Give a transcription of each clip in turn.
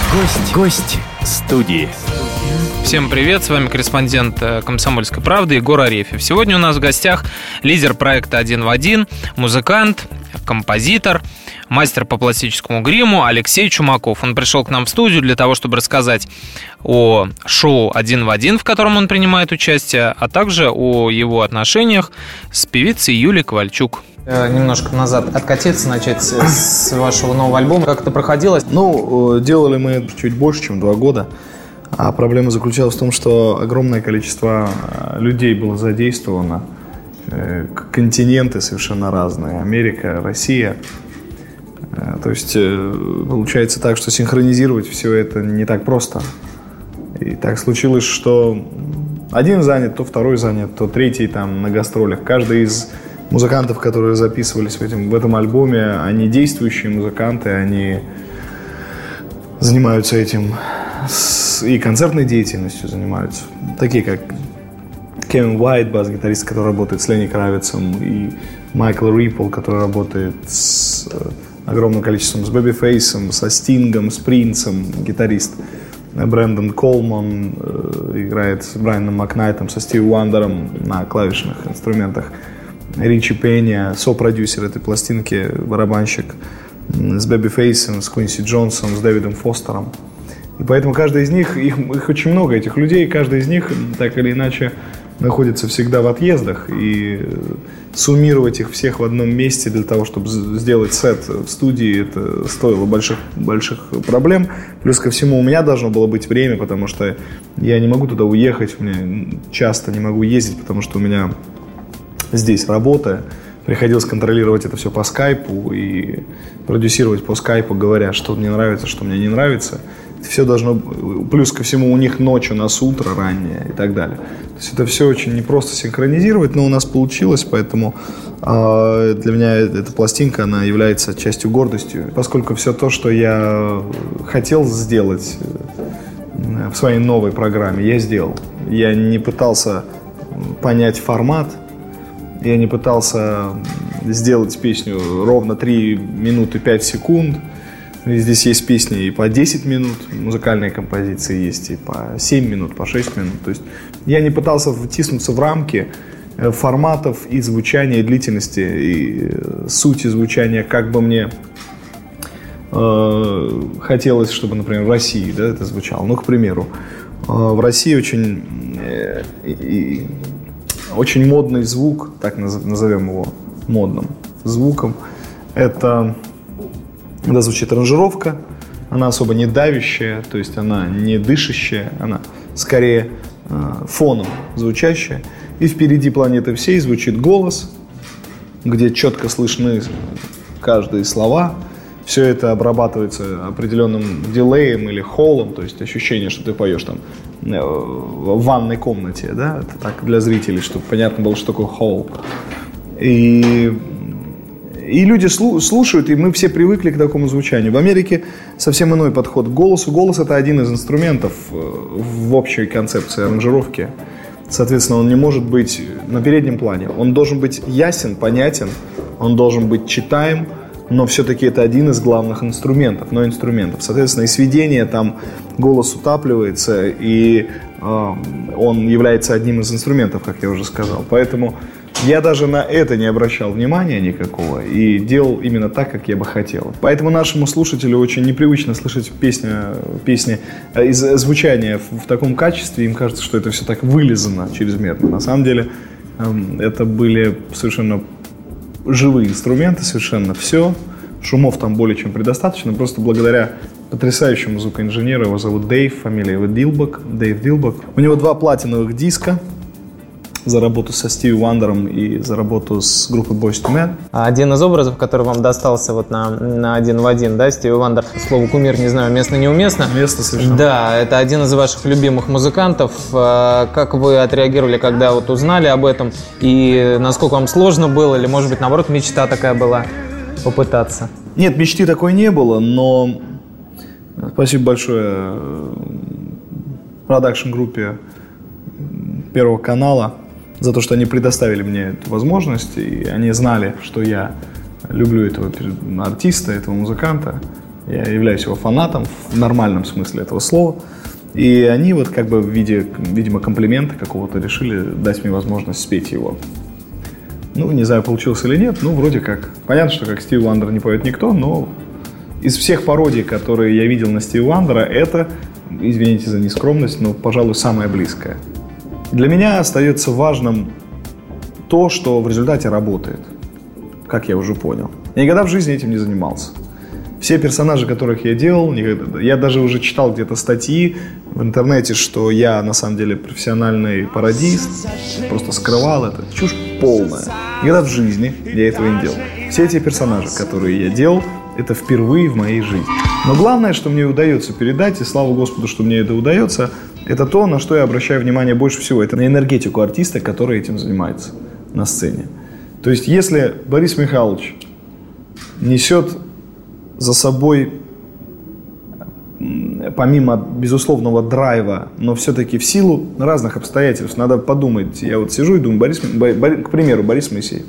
Гость студии. Всем привет, с вами корреспондент «Комсомольской правды» Егор Арефьев. Сегодня у нас в гостях лидер проекта «Один в один», музыкант, композитор, мастер по пластическому гриму Алексей Чумаков. Он пришел к нам в студию для того, чтобы рассказать о шоу «Один в один», в котором он принимает участие, а также о его отношениях с певицей Юлией Ковальчук. Немножко назад откатиться, начать с вашего нового альбома. Как это проходило? Делали мы чуть больше, чем 2 года. А проблема заключалась в том, что огромное количество людей было задействовано. Континенты совершенно разные. Америка, Россия. То есть получается так, что синхронизировать все это не так просто. И так случилось, что один занят, то второй занят, то третий там на гастролях. Каждый из музыкантов, которые записывались в этом альбоме, они действующие музыканты, они занимаются этим и концертной деятельностью занимаются. Такие как Кевин Уайт, бас-гитарист, который работает с Ленни Кравицем, и Майкл Риппл, который работает с огромным количеством, с Бэби-Фейсом, со Стингом, с Принцем, гитарист. Брэндон Колман играет с Брайаном Макнайтом, со Стиви Уандером на клавишных инструментах. Ричи Пенни, сопродюсер этой пластинки, барабанщик, с Бэби-Фейсом, с Квинси Джонсом, с Дэвидом Фостером. И поэтому каждый из них, их очень много, этих людей, каждый из них так или иначе находится всегда в отъездах. И суммировать их всех в одном месте для того, чтобы сделать сет в студии, это стоило больших проблем. Плюс ко всему у меня должно было быть время, потому что я не могу туда уехать, часто не могу ездить, потому что у меня здесь работа. Приходилось контролировать это все по скайпу и продюсировать по скайпу, говоря, что мне нравится, что мне не нравится. Все должно... Плюс ко всему у них ночь, у нас утро раннее и так далее. То есть это все очень непросто синхронизировать, но у нас получилось, поэтому для меня эта пластинка, она является частью гордости. Поскольку все то, что я хотел сделать в своей новой программе, я сделал. Я не пытался понять формат, я не пытался сделать песню ровно 3 минуты 5 секунд. Здесь есть песни и по 10 минут, музыкальные композиции есть и по 7 минут, по 6 минут. То есть я не пытался втиснуться в рамки форматов и звучания, и длительности, и сути звучания, как бы мне хотелось, чтобы, например, в России это звучало. Ну, к примеру, в России очень модный звук, так назовем его модным звуком, это когда звучит аранжировка, она особо не давящая, то есть она не дышащая, она скорее фоном звучащая. И впереди планеты всей звучит голос, где четко слышны каждые слова. Все это обрабатывается определенным дилеем или холлом, то есть ощущение, что ты поешь там в ванной комнате, это так для зрителей, чтобы понятно было, что такое холл. И люди слушают, и мы все привыкли к такому звучанию. В Америке совсем иной подход к голосу. Голос – это один из инструментов в общей концепции аранжировки. Соответственно, он не может быть на переднем плане. Он должен быть ясен, понятен, он должен быть читаем, но все-таки это один из главных инструментов, Соответственно, и сведение там, голос утапливается, и он является одним из инструментов, как я уже сказал. Поэтому я даже на это не обращал внимания никакого и делал именно так, как я бы хотел. Поэтому нашему слушателю очень непривычно слышать песни из звучания в таком качестве. Им кажется, что это все так вылизано чрезмерно. На самом деле это были совершенно живые инструменты, совершенно все. Шумов там более чем предостаточно. Просто благодаря потрясающему звукоинженеру, его зовут Дэйв, фамилия его Дэйв Дилбок. У него 2 платиновых диска за работу со Стиви Уандером и за работу с группой Boyz II Men. Один из образов, который вам достался на «Один в один», Стиви Уандер, слово «кумир», не знаю, уместно, неуместно. Уместно совершенно. Да, это один из ваших любимых музыкантов. Как вы отреагировали, когда узнали об этом? И насколько вам сложно было? Или, может быть, наоборот, мечта такая была попытаться? Нет, мечты такой не было, но спасибо большое продакшн-группе Первого канала за то, что они предоставили мне эту возможность, и они знали, что я люблю этого артиста, этого музыканта, Я являюсь его фанатом в нормальном смысле этого слова. И они вот как бы в виде, видимо, комплимента какого-то решили дать мне возможность спеть его. Ну, не знаю, получилось или нет, ну, вроде как. Понятно, что как Стиви Вандер не поет никто, но из всех пародий, которые я видел на Стиви Вандера, это, извините за нескромность, но, пожалуй, самое близкое. Для меня остается важным то, что в результате работает, как я уже понял. Я никогда в жизни этим не занимался. Все персонажи, которых я делал, я даже уже читал где-то статьи в интернете, что я на самом деле профессиональный пародист, просто скрывал это. Чушь полная. Никогда в жизни я этого не делал. Все эти персонажи, которые я делал, это впервые в моей жизни. Но главное, что мне удается передать, и слава Господу, что мне это удается, это то, на что я обращаю внимание больше всего. Это на энергетику артиста, который этим занимается на сцене. То есть, если Борис Михайлович несет за собой, помимо безусловного драйва, но все-таки в силу разных обстоятельств, надо подумать, я вот сижу и думаю, к примеру, Борис Моисеев,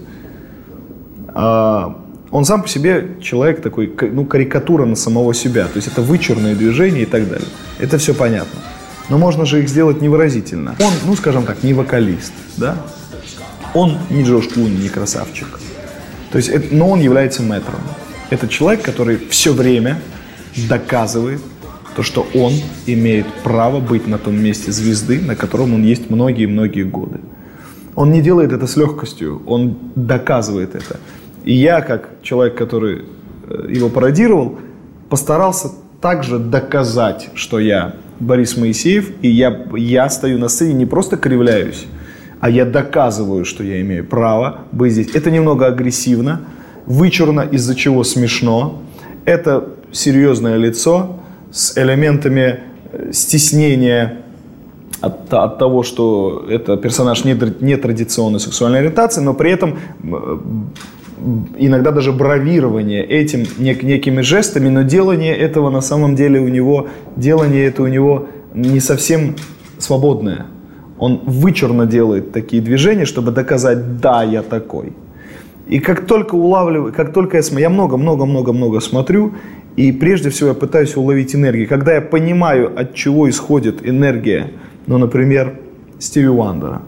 он сам по себе человек такой, ну, карикатура на самого себя, то есть это вычурные движения и так далее, это все понятно, но можно же их сделать невыразительно. Он, ну, скажем так, не вокалист, да, он не Джордж Клуни, не красавчик, то есть, но он является мэтром. Это человек, который все время доказывает то, что он имеет право быть на том месте звезды, на котором он есть многие-многие годы. Он не делает это с легкостью, он доказывает это. И я, как человек, который его пародировал, постарался также доказать, что я Борис Моисеев, и я стою на сцене, не просто кривляюсь, а я доказываю, что я имею право быть здесь. Это немного агрессивно, вычурно, из-за чего смешно. Это серьезное лицо с элементами стеснения от того, что это персонаж нетрадиционной сексуальной ориентации, но при этом иногда даже бравирование этим некими жестами, но делание этого на самом деле у него не совсем свободное. Он вычурно делает такие движения, чтобы доказать: да, я такой. И как только я много смотрю, и прежде всего я пытаюсь уловить энергию. Когда я понимаю, от чего исходит энергия, ну, например, Стиви Вандера,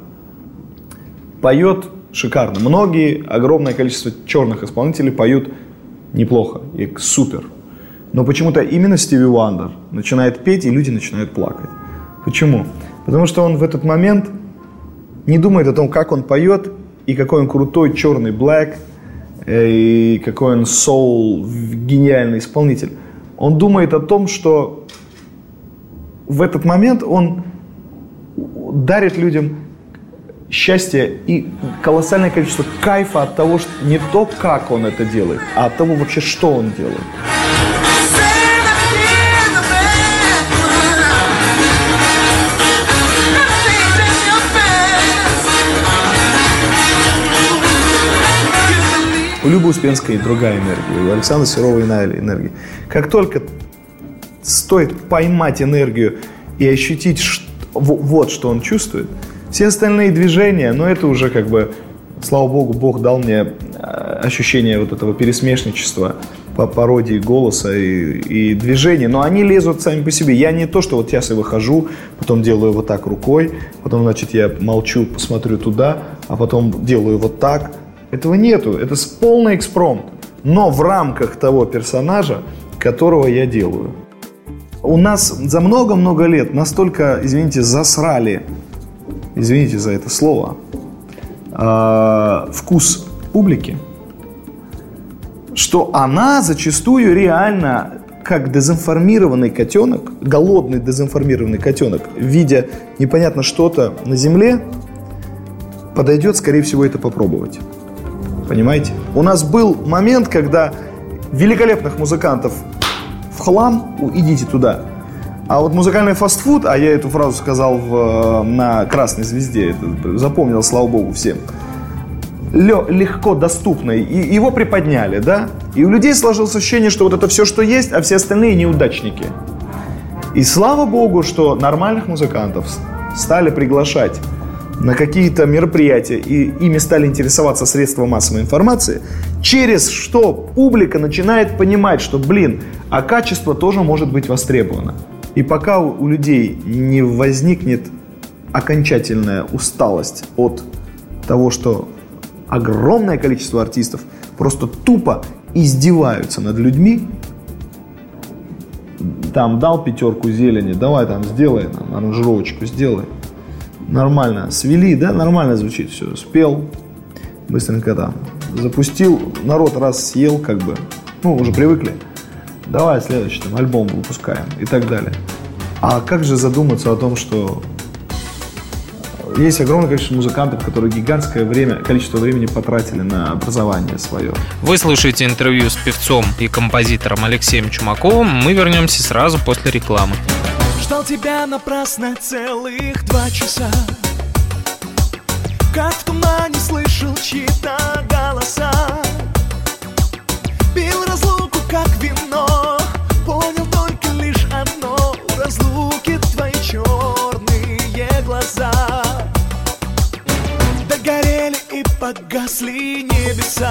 поет шикарно. Огромное количество черных исполнителей поют неплохо и супер. Но почему-то именно Стиви Вандер начинает петь, и люди начинают плакать. Почему? Потому что он в этот момент не думает о том, как он поет, и какой он крутой черный блэк, и какой он соул, гениальный исполнитель. Он думает о том, что в этот момент он дарит людям счастье и колоссальное количество кайфа от того, что не то, как он это делает, а от того вообще, что он делает. У Любы Успенской другая энергия, у Александра Серова иная энергия. Как только стоит поймать энергию и ощутить вот что он чувствует, все остальные движения, но это уже как бы, слава Богу, Бог дал мне ощущение вот этого пересмешничества по пародии голоса и движений, но они лезут сами по себе. Я не то, что вот я себе выхожу, потом делаю вот так рукой, потом, значит, я молчу, посмотрю туда, а потом делаю вот так. Этого нету, это полный экспромт, но в рамках того персонажа, которого я делаю. У нас за много-много лет настолько, извините, засрали, извините за это слово, вкус публики, что она зачастую реально, как дезинформированный котенок, голодный дезинформированный котенок, видя непонятно что-то на земле, подойдет, скорее всего, это попробовать. Понимаете? У нас был момент, когда великолепных музыкантов в хлам, идите туда. А вот музыкальный фастфуд, а я эту фразу сказал на «Красной звезде», это запомнил, слава богу, всем, легко доступный, и его приподняли, да? И у людей сложилось ощущение, что вот это все, что есть, а все остальные неудачники. И слава богу, что нормальных музыкантов стали приглашать на какие-то мероприятия, и ими стали интересоваться средства массовой информации, через что публика начинает понимать, что, а качество тоже может быть востребовано. И пока у людей не возникнет окончательная усталость от того, что огромное количество артистов просто тупо издеваются над людьми, там дал 5 зелени, давай там сделай нам аранжировочку, сделай. Нормально, свели, да, нормально звучит все, спел, быстренько там запустил, народ раз съел, уже привыкли, давай следующий там альбом выпускаем и так далее. А как же задуматься о том, что есть огромное количество музыкантов, которые гигантское количество времени потратили на образование свое. Вы слушаете интервью с певцом и композитором Алексеем Чумаковым. Мы вернемся сразу после рекламы. Ждал тебя напрасно целых 2 часа. Как в тумане слышал чьи-то голоса. Пил разлуку, как вино. Понял только лишь одно: в разлуке твои черные глаза. Догорели и погасли небеса.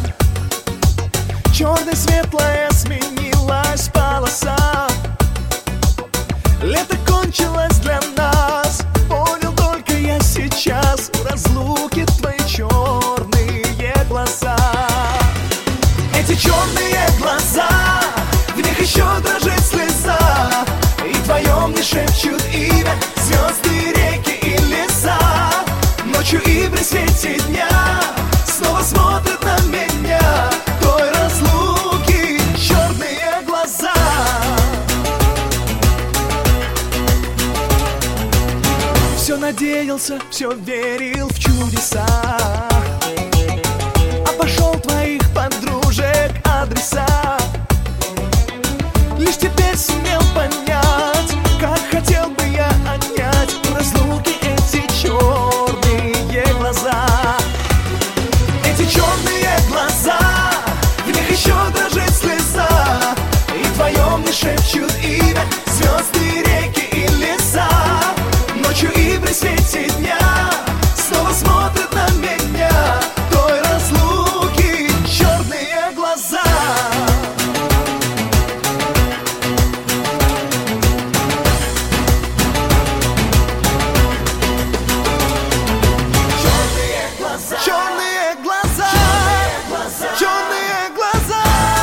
Черной светлая сменилась полоса. Лето кончилось для нас. Понял только я сейчас: в разлуке твои черные глаза. Эти черные глаза, в них еще дрожит слеза. И вдвоем не шепчут имя звезды, реки и леса. Ночью и при свете дня снова смотрят на меня. Той разлуки черные глаза. Все надеялся, все верил в чудеса. Обошел твоих подружек адреса. Лишь теперь сумел понять, как хотел бы я отнять в разлуке эти черные глаза. Эти черные глаза, в них еще дрожит слеза. И вдвоем не шепчут имя звезды, реки и леса. Ночью и при свете дня снова смотрят на меня. Той разлуки черные глаза. Черные глаза, черные глаза.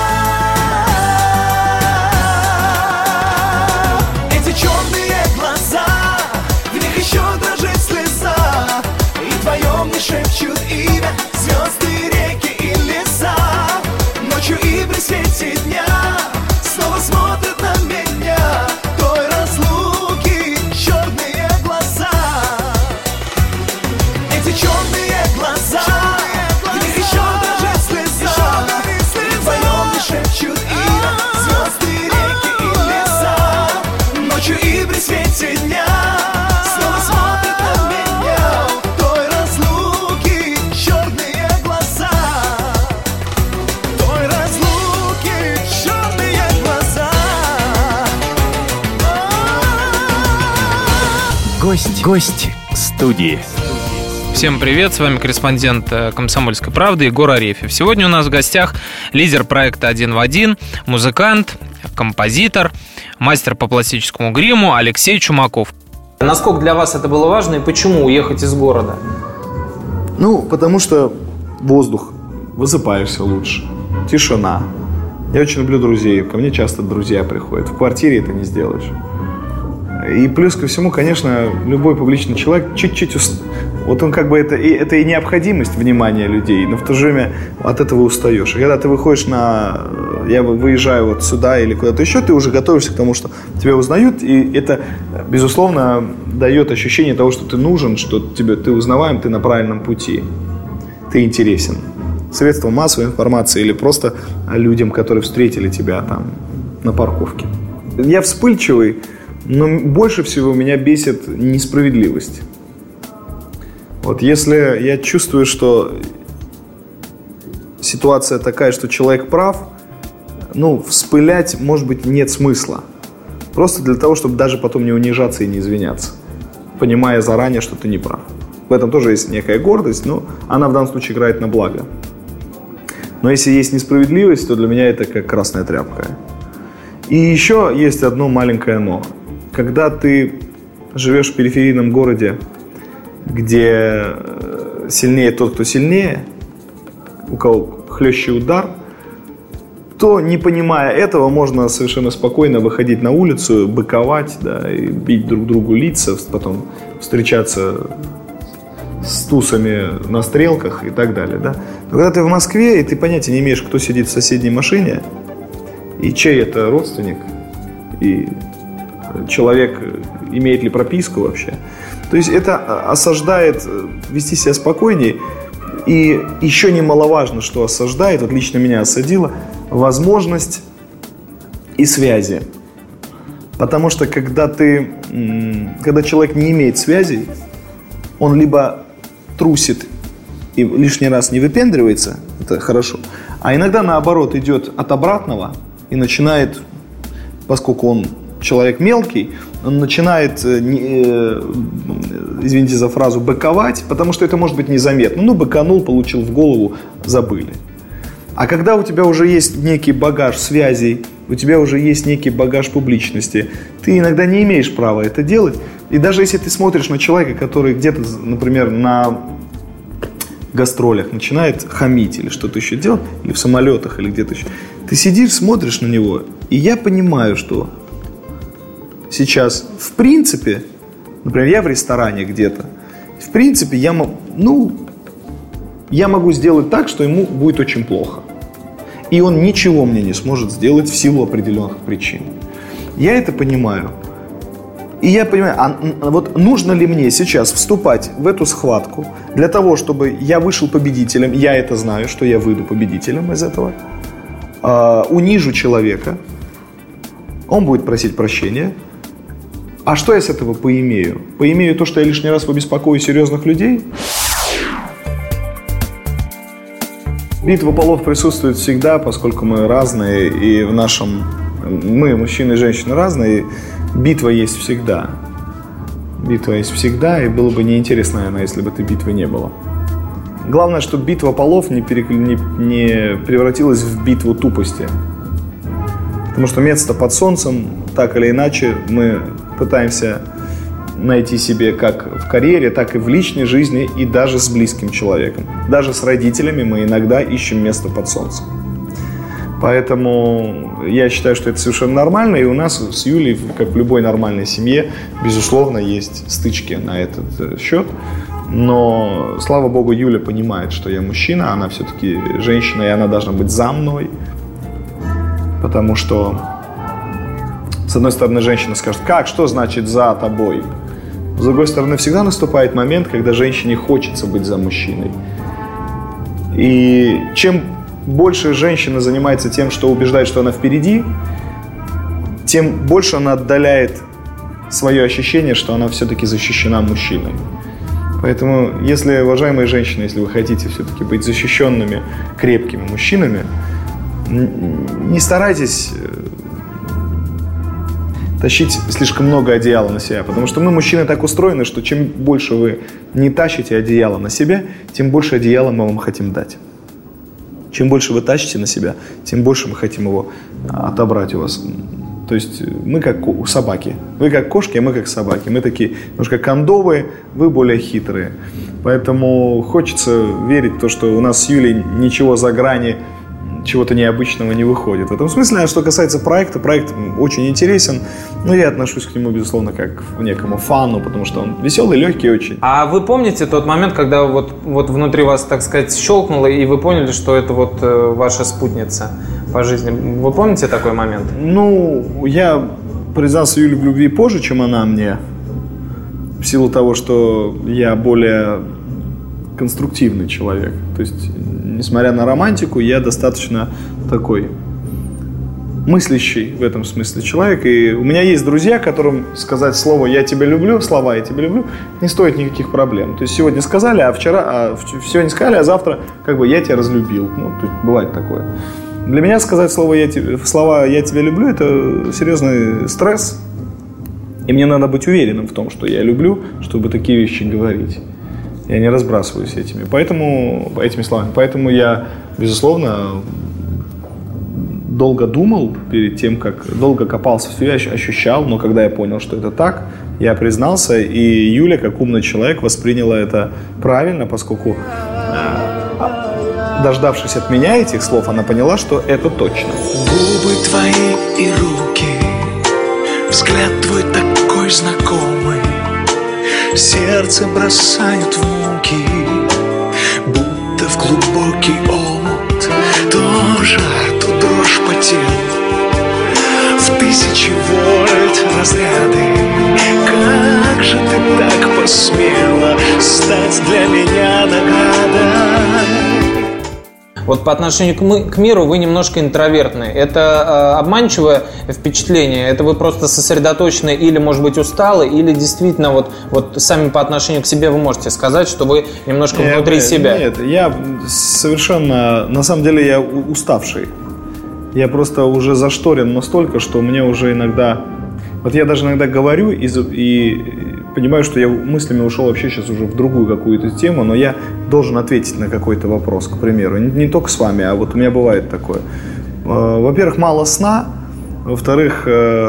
Эти черные глаза, в них еще дрожит слеза. И вдвоем не шепчут имя звезды, реки и леса. Ночью и при свете дня снова смотрят на меня. Той разлуки черные глаза. Эти черные глаза, в них еще дрожит слеза. И вдвоем не шепчут имя звезды, реки и леса. Ночью и при свете дня снова смотрят на меня. Той разлуки черные глаза. Той разлуки черные глаза. Гость студии. Всем привет, с вами корреспондент «Комсомольской правды» Егор Арефьев. Сегодня у нас в гостях лидер проекта «Один в один», музыкант, композитор, мастер по пластическому гриму Алексей Чумаков. Насколько для вас это было важно и почему уехать из города? Потому что воздух, высыпаешься лучше, тишина. Я очень люблю друзей, ко мне часто друзья приходят. В квартире это не сделаешь. И плюс ко всему, конечно, любой публичный человек чуть-чуть вот он это и необходимость внимания людей, но в то же время от этого устаешь. И когда ты выходишь я выезжаю вот сюда или куда-то еще, ты уже готовишься к тому, что тебя узнают, и это, безусловно, дает ощущение того, что ты нужен, что ты узнаваем, ты на правильном пути, ты интересен. Средствам массовой информации или просто людям, которые встретили тебя там на парковке. Я вспыльчивый, но больше всего меня бесит несправедливость. Вот если я чувствую, что ситуация такая, что человек прав, вспылять, может быть, нет смысла. Просто для того, чтобы даже потом не унижаться и не извиняться, понимая заранее, что ты не прав. В этом тоже есть некая гордость, но она в данном случае играет на благо. Но если есть несправедливость, то для меня это как красная тряпка. И еще есть одно маленькое «но». Когда ты живешь в периферийном городе, где сильнее тот, кто сильнее, у кого хлещий удар, то, не понимая этого, можно совершенно спокойно выходить на улицу, быковать, да, и бить друг другу лица, потом встречаться с тусами на стрелках и так далее. Да. Но когда ты в Москве, и ты понятия не имеешь, кто сидит в соседней машине, и чей это родственник, и человек имеет ли прописку вообще. То есть это осаждает вести себя спокойнее. И еще немаловажно, что осаждает, вот лично меня осадило, возможность и связи. Потому что когда человек не имеет связей, он либо трусит и лишний раз не выпендривается, это хорошо, а иногда наоборот идет от обратного и начинает, поскольку он человек мелкий, он начинает, извините за фразу, быковать, потому что это может быть незаметно. Ну, быканул, получил в голову, забыли. А когда у тебя уже есть некий багаж связей, у тебя уже есть некий багаж публичности, ты иногда не имеешь права это делать. И даже если ты смотришь на человека, который где-то, например, на гастролях начинает хамить или что-то еще делать, или в самолетах, или где-то еще, ты сидишь, смотришь на него, и я понимаю, что сейчас, в принципе, например, я в ресторане где-то, в принципе, я могу сделать так, что ему будет очень плохо. И он ничего мне не сможет сделать в силу определенных причин. Я это понимаю. И я понимаю, вот нужно ли мне сейчас вступать в эту схватку для того, чтобы я вышел победителем, я это знаю, что я выйду победителем из этого, унижу человека, он будет просить прощения. А что я с этого поимею? Поимею то, что я лишний раз побеспокою серьезных людей? Битва полов присутствует всегда, поскольку мы разные, и мы, мужчины и женщины, разные, битва есть всегда. Битва есть всегда, и было бы неинтересно, наверное, если бы этой битвы не было. Главное, чтобы битва полов не превратилась в битву тупости. Потому что место под солнцем, так или иначе, мы пытаемся найти себе как в карьере, так и в личной жизни, и даже с близким человеком. Даже с родителями мы иногда ищем место под солнцем. Поэтому я считаю, что это совершенно нормально, и у нас с Юлей, как в любой нормальной семье, безусловно, есть стычки на этот счет. Но, слава богу, Юля понимает, что я мужчина, она все-таки женщина, и она должна быть за мной. Потому что, с одной стороны, женщина скажет: как, что значит «за тобой»? С другой стороны, всегда наступает момент, когда женщине хочется быть за мужчиной. И чем больше женщина занимается тем, что убеждает, что она впереди, тем больше она отдаляет свое ощущение, что она все-таки защищена мужчиной. Поэтому, если, уважаемые женщины, если вы хотите все-таки быть защищенными, крепкими мужчинами, не старайтесь тащить слишком много одеяла на себя, потому что мы, мужчины, так устроены, что чем больше вы не тащите одеяло на себя, тем больше одеяла мы вам хотим дать. Чем больше вы тащите на себя, тем больше мы хотим его отобрать у вас. То есть мы как собаки. Вы как кошки, а мы как собаки. Мы такие немножко кондовые, вы более хитрые. Поэтому хочется верить в то, что у нас с Юлей ничего за грани чего-то необычного не выходит. В этом смысле, а что касается проекта, проект очень интересен, но я отношусь к нему, безусловно, как к некому фану, потому что он веселый, легкий очень. А вы помните тот момент, когда вот внутри вас, так сказать, щелкнуло, и вы поняли, что это вот ваша спутница по жизни? Вы помните такой момент? Ну, я признался Юле в любви позже, чем она мне, в силу того, что я более конструктивный человек. То есть, несмотря на романтику, я достаточно такой мыслящий в этом смысле человек. И у меня есть друзья, которым сказать слово «я тебя люблю», слова «я тебя люблю» не стоит никаких проблем. То есть сегодня сказали, сегодня сказали, а завтра как бы «я тебя разлюбил». Ну, тут бывает такое. Для меня сказать слова «я тебя люблю» — это серьезный стресс. И мне надо быть уверенным в том, что я люблю, чтобы такие вещи говорить. Я не разбрасываюсь этими словами. Поэтому я, безусловно, долго думал перед тем, долго копался в себе, ощущал, но когда я понял, что это так, я признался, и Юля, как умный человек, восприняла это правильно, поскольку, дождавшись от меня этих слов, она поняла, что это точно. Губы твои и руки, взгляд твой такой знакомый, сердце бросают в муки, будто в глубокий омут. То жар, то дрожь по телу, в 1000 вольт разряды. Как же ты так посмела стать для меня наградой? Вот по отношению к миру вы немножко интровертны. Это обманчивое впечатление? Это вы просто сосредоточены или, может быть, усталы, или действительно вот сами по отношению к себе вы можете сказать, что вы немножко внутри себя? Нет, я совершенно, на самом деле, я уставший. Я просто уже зашторен настолько, что мне уже иногда... Вот я даже иногда говорю и понимаю, что я мыслями ушел вообще сейчас уже в другую какую-то тему, но я должен ответить на какой-то вопрос, к примеру. Не только с вами, а вот у меня бывает такое. Во-первых, мало сна. Во-вторых,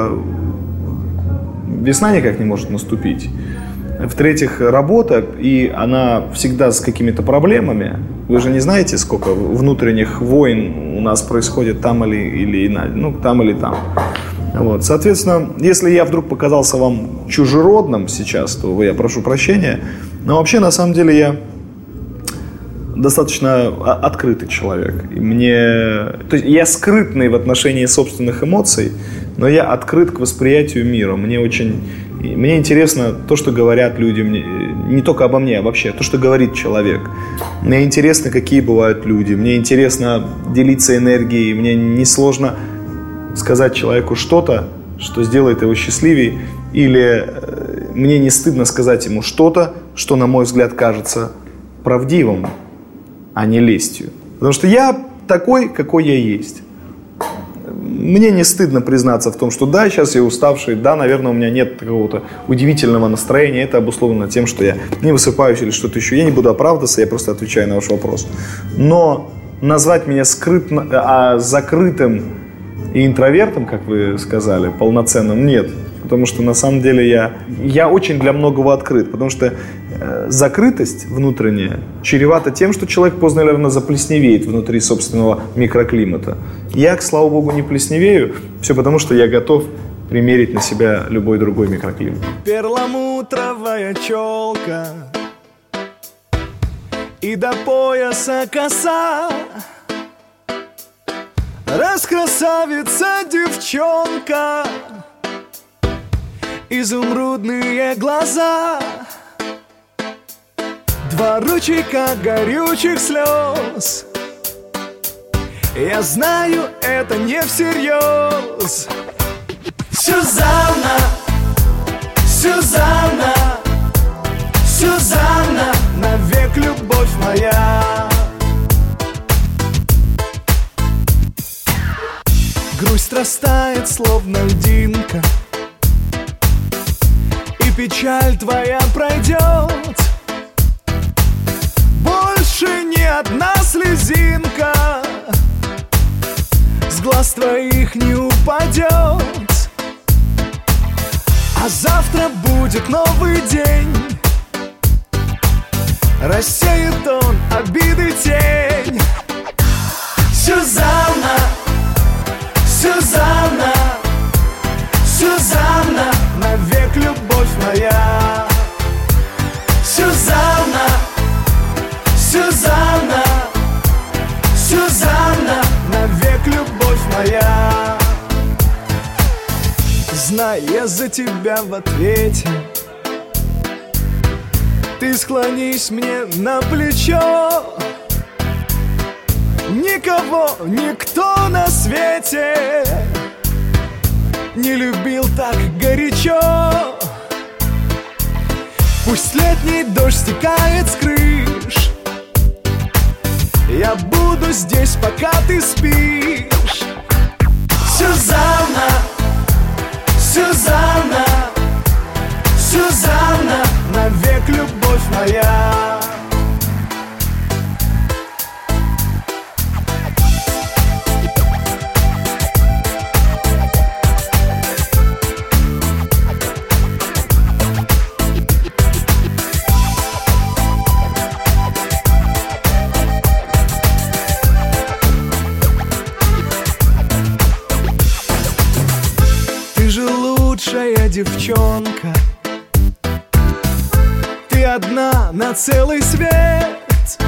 весна никак не может наступить. В-третьих, работа, и она всегда с какими-то проблемами. Вы же не знаете, сколько внутренних войн у нас происходит там или там. Вот. Соответственно, если я вдруг показался вам чужеродным сейчас, то я прошу прощения. Но вообще, на самом деле, я достаточно открытый человек. То есть я скрытный в отношении собственных эмоций, но я открыт к восприятию мира. Мне интересно то, что говорят люди, не только обо мне, а вообще, то, что говорит человек. Мне интересно, какие бывают люди. Мне интересно делиться энергией. Мне несложно сказать человеку что-то, что сделает его счастливее, или мне не стыдно сказать ему что-то, что, на мой взгляд, кажется правдивым, а не лестью. Потому что я такой, какой я есть. Мне не стыдно признаться в том, что да, сейчас я уставший, да, наверное, у меня нет какого-то удивительного настроения, это обусловлено тем, что я не высыпаюсь или что-то еще. Я не буду оправдываться, я просто отвечаю на ваш вопрос. Но назвать меня закрытым и интровертом, как вы сказали, полноценным, нет. Потому что на самом деле я очень для многого открыт. Потому что закрытость внутренняя чревата тем, что человек поздно или рано заплесневеет внутри собственного микроклимата. Я, слава богу, не плесневею. Все потому, что я готов примерить на себя любой другой микроклимат. Перламутровая челка и до пояса коса. Раскрасавица девчонка, изумрудные глаза, 2 ручейка горючих слез. Я знаю, это не всерьез. Сюзанна, Сюзанна, Сюзанна, навек любовь моя. Грусть растает, словно льдинка, и печаль твоя пройдет. Больше ни одна слезинка с глаз твоих не упадет. А завтра будет новый день, рассеет он обиды тень. Сюзанна, Сюзанна, Сюзанна, навек любовь моя. Сюзанна, Сюзанна, Сюзанна, навек любовь моя. Знай, я за тебя в ответе. Ты склонись мне на плечо. Никого, никто на свете не любил так горячо. Пусть летний дождь стекает с крыш, я буду здесь, пока ты спишь. Сюзанна, Сюзанна, Сюзанна, навек любовь моя. хорошая девчонка. Ты одна на целый свет,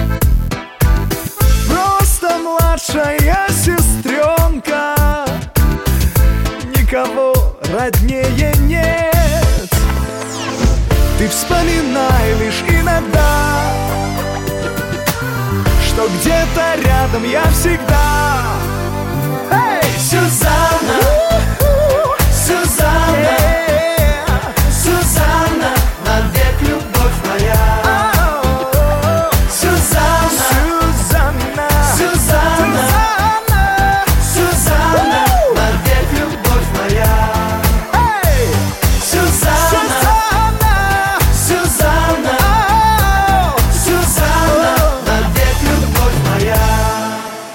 просто младшая сестренка, никого роднее нет. Ты вспоминай лишь иногда, что где-то рядом я всегда.